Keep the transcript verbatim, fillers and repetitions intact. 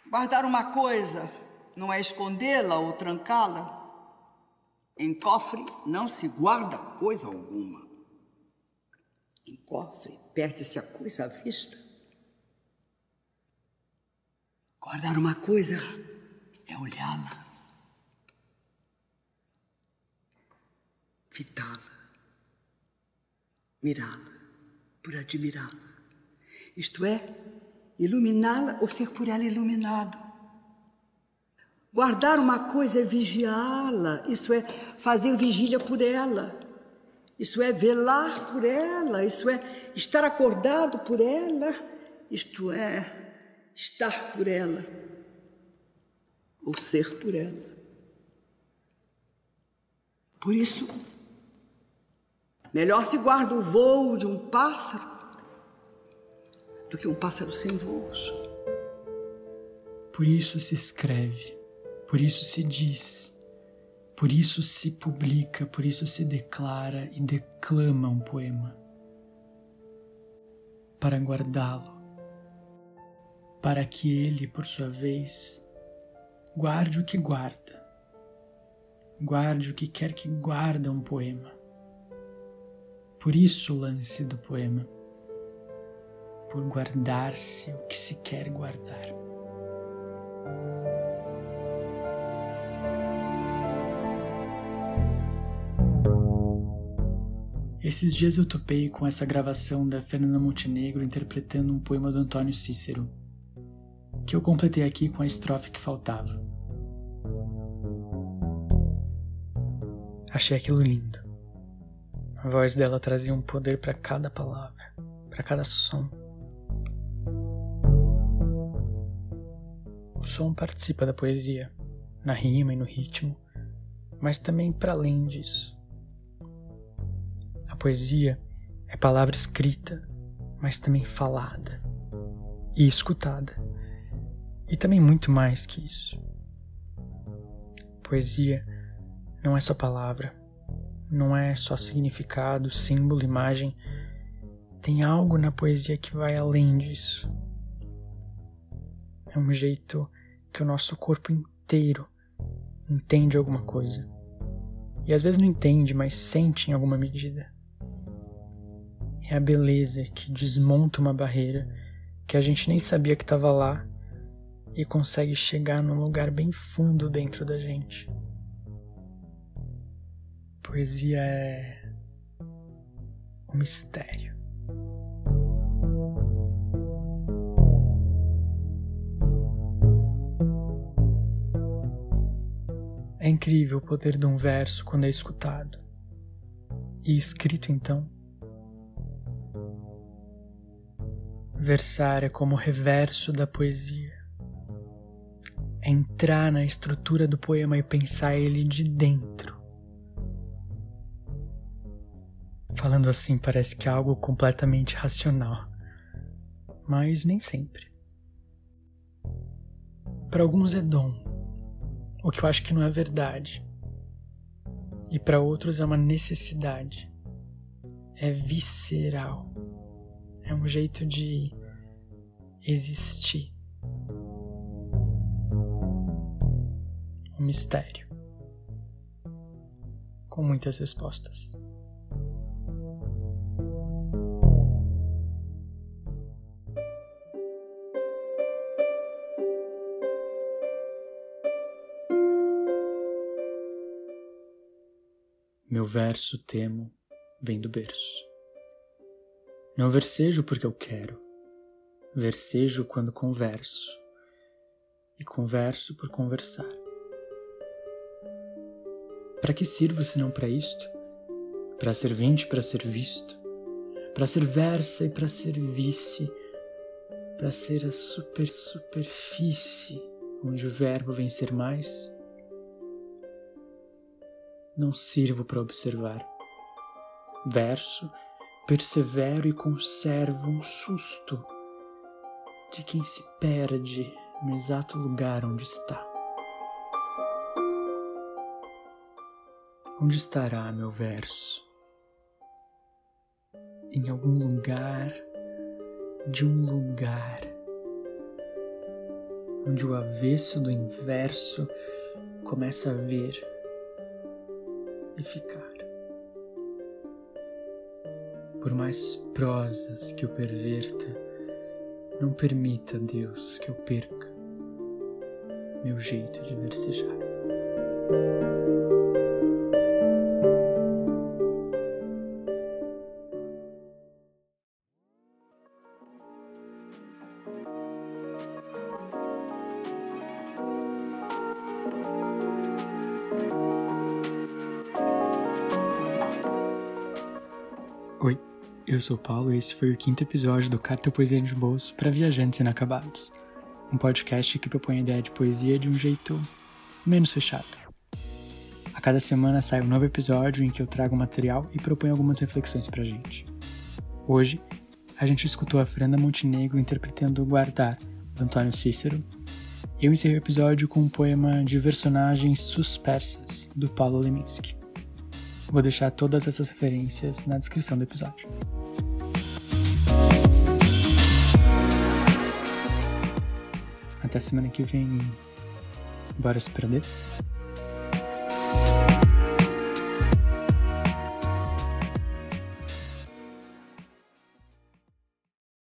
Guardar uma coisa não é escondê-la ou trancá-la. Em cofre não se guarda coisa alguma. Em cofre perde-se a coisa à vista. Guardar uma coisa é olhá-la, fitá-la, mirá-la, por admirá-la. Isto é, iluminá-la ou ser por ela iluminado. Guardar uma coisa é vigiá-la, isso é fazer vigília por ela, isso é velar por ela, isso é estar acordado por ela, isto é estar por ela ou ser por ela. Por isso, melhor se guarda o voo de um pássaro do que um pássaro sem voos. Por isso se escreve, por isso se diz, por isso se publica, por isso se declara e declama um poema. Para guardá-lo, para que ele, por sua vez, guarde o que guarda, guarde o que quer que guarda um poema. Por isso o lance do poema, por guardar-se o que se quer guardar. Esses dias eu topei com essa gravação da Fernanda Montenegro interpretando um poema do Antônio Cícero, que eu completei aqui com a estrofe que faltava. Achei aquilo lindo. A voz dela trazia um poder para cada palavra, para cada som. O som participa da poesia, na rima e no ritmo, mas também para além disso. A poesia é palavra escrita, mas também falada e escutada, e também muito mais que isso. Poesia não é só palavra, não é só significado, símbolo, imagem. Tem algo na poesia que vai além disso. É um jeito que o nosso corpo inteiro entende alguma coisa. E às vezes não entende, mas sente em alguma medida. É a beleza que desmonta uma barreira que a gente nem sabia que estava lá e consegue chegar num lugar bem fundo dentro da gente. Poesia é um mistério. É incrível o poder de um verso quando é escutado. E escrito então. Versar é como o reverso da poesia. É entrar na estrutura do poema e pensar ele de dentro. Falando assim parece que é algo completamente racional, mas nem sempre. Para alguns é dom, o que eu acho que não é verdade. E para outros é uma necessidade. É visceral. É um jeito de existir. Um mistério. Com muitas respostas. Meu verso temo vem do berço. Não versejo porque eu quero, versejo quando converso, e converso por conversar. Para que sirvo se não para isto? Para servinte, para ser visto, para ser versa e para ser vice, para ser a super superfície onde o verbo vem ser mais? Não sirvo para observar. Verso, persevero e conservo um susto de quem se perde no exato lugar onde está. Onde estará meu verso? Em algum lugar de um lugar. onde o avesso do inverso começa a ver e ficar. Por mais prosas que eu perverta, não permita, Deus, que eu perca meu jeito de versejar. Oi, eu sou o Paulo e esse foi o quinto episódio do Carta Poesia de Bolso para Viajantes Inacabados, um podcast que propõe a ideia de poesia de um jeito menos fechado. A cada semana sai um novo episódio em que eu trago material e proponho algumas reflexões pra gente. Hoje, a gente escutou a Fernanda Montenegro interpretando Guardar, do Antônio Cícero, e eu encerrei o episódio com um poema de personagens suspersas, do Paulo Leminski. Vou deixar todas essas referências na descrição do episódio. Até semana que vem e bora se perder?